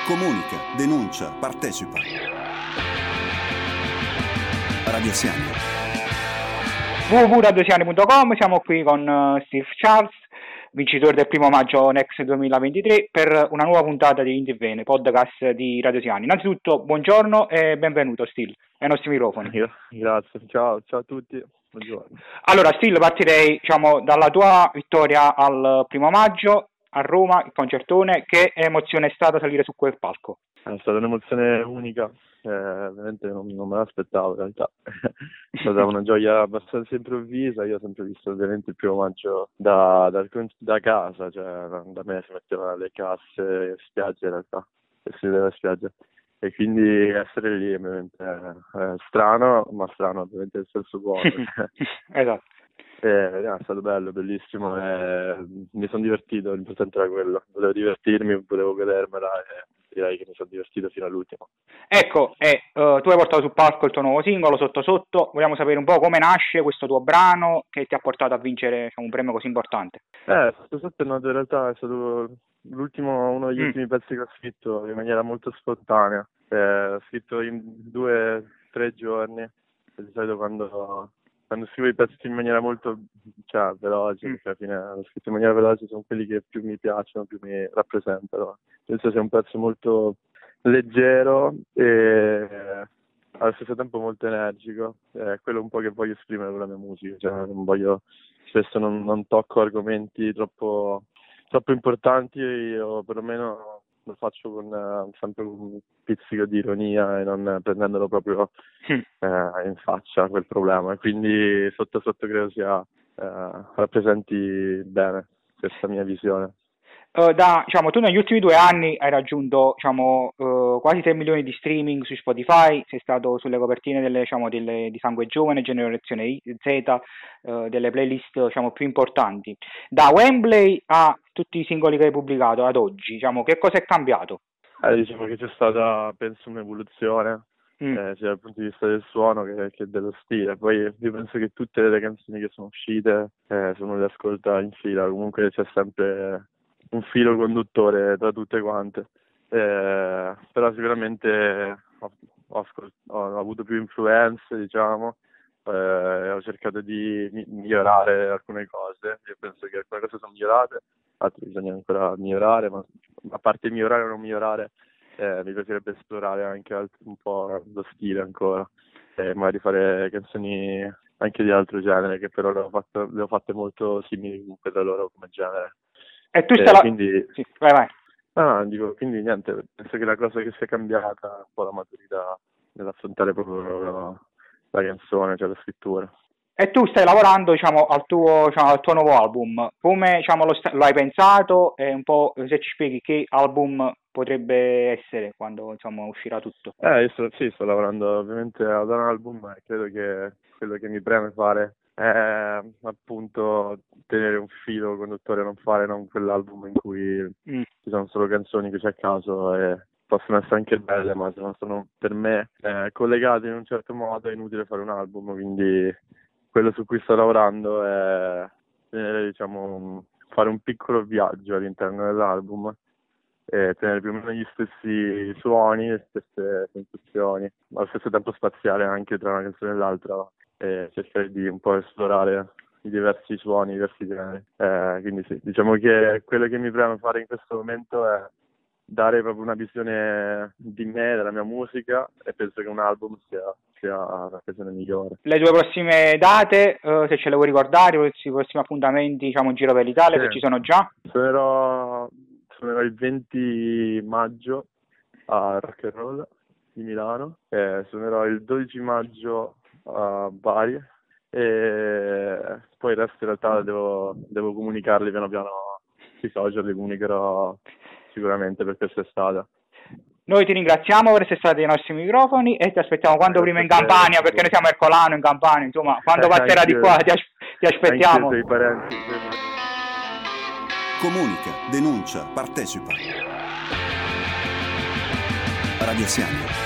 Comunica, denuncia, partecipa. Radio Siani. www.radiosiani.com. Siamo qui con Steve Charles, vincitore del 1 maggio Next 2023, per una nuova puntata di Indie Vene, podcast di Radio Siani. Innanzitutto buongiorno e benvenuto Steve ai nostri microfoni. Grazie, ciao a tutti, buongiorno. Allora Steve, partirei dalla tua vittoria al 1 maggio a Roma, il concertone. Che emozione è stata salire su quel palco? È stata un'emozione unica, veramente non me l'aspettavo in realtà. È stata una gioia abbastanza improvvisa. Io ho sempre visto ovviamente il 1 maggio da casa, cioè da me si mettevano le casse in spiaggia in realtà, e si vedeva in spiaggia. E quindi essere lì ovviamente è strano, ma strano ovviamente nel senso buono. Esatto. È stato bello, bellissimo, mi sono divertito, l'importante era quello, volevo divertirmi, volevo godermela e direi che mi sono divertito fino all'ultimo. Ecco, tu hai portato sul palco il tuo nuovo singolo, Sotto, vogliamo sapere un po' come nasce questo tuo brano che ti ha portato a vincere un premio così importante. Sotto in realtà è stato uno degli ultimi pezzi che ho scritto in maniera molto spontanea, ho scritto in 2-3 giorni, di solito quando scrivo i pezzi in maniera molto veloce, perché alla fine l'ho scritto in maniera veloce, sono quelli che più mi piacciono, più mi rappresentano. Penso sia un pezzo molto leggero e allo stesso tempo molto energico, è quello un po' che voglio esprimere con la mia musica, spesso non tocco argomenti troppo importanti, o perlomeno lo faccio sempre con un pizzico di ironia e non prendendolo proprio in faccia quel problema, e quindi sotto credo sia rappresenti bene questa mia visione. Tu negli ultimi 2 anni hai raggiunto quasi 3 milioni di streaming su Spotify, sei stato sulle copertine di Sangue Giovane, Generazione Z, delle playlist più importanti. Da Wembley a tutti i singoli che hai pubblicato ad oggi, che cosa è cambiato? Diciamo che c'è stata, penso, un'evoluzione sia dal punto di vista del suono che dello stile. Poi io penso che tutte le canzoni che sono uscite, se uno le ascolta in fila, comunque c'è sempre un filo conduttore tra tutte quante, però sicuramente ho avuto più influenze, ho cercato di migliorare alcune cose. Io penso che alcune cose sono migliorate, altre bisogna ancora migliorare, ma a parte migliorare o non migliorare, mi piacerebbe esplorare anche un po' lo stile ancora, magari fare canzoni anche di altro genere, che però le ho fatte molto simili comunque tra loro come genere. E tu quindi sì, vai. Quindi niente, penso che la cosa che sia cambiata è un po' la maturità nell'affrontare proprio la canzone, cioè la scrittura. E tu stai lavorando al tuo nuovo album. Come lo hai pensato, e un po' se ci spieghi che album potrebbe essere quando uscirà tutto? Io sto lavorando ovviamente ad un album, e credo che quello che mi preme fare è appunto tenere un filo conduttore, non quell'album in cui ci sono solo canzoni così a caso, e possono essere anche belle, ma se non sono per me collegate in un certo modo è inutile fare un album. Quindi quello su cui sto lavorando è tenere, fare un piccolo viaggio all'interno dell'album e tenere più o meno gli stessi suoni, le stesse sensazioni, ma allo stesso tempo spaziare anche tra una canzone e l'altra e cercare di un po' esplorare i diversi suoni, i diversi generi. Quindi sì, diciamo che quello che mi preme fare in questo momento è dare proprio una visione di me, della mia musica, e penso che un album sia l'occasione migliore. Le tue prossime date, se ce le vuoi ricordare, i prossimi appuntamenti, in giro per l'Italia, se ci sono già? Suonerò il 20 maggio a Rock and Roll di Milano, suonerò il 12 maggio a Bari, e poi il resto in realtà devo comunicarli piano piano sui social, li comunicherò sicuramente per quest'estate. Noi ti ringraziamo per essere stati ai nostri microfoni e ti aspettiamo quando prima in Campania, perché noi siamo a Ercolano in Campania, quando passerà di qua ti aspettiamo. Anche i parenti. Comunica, denuncia, partecipa. Radio Siani.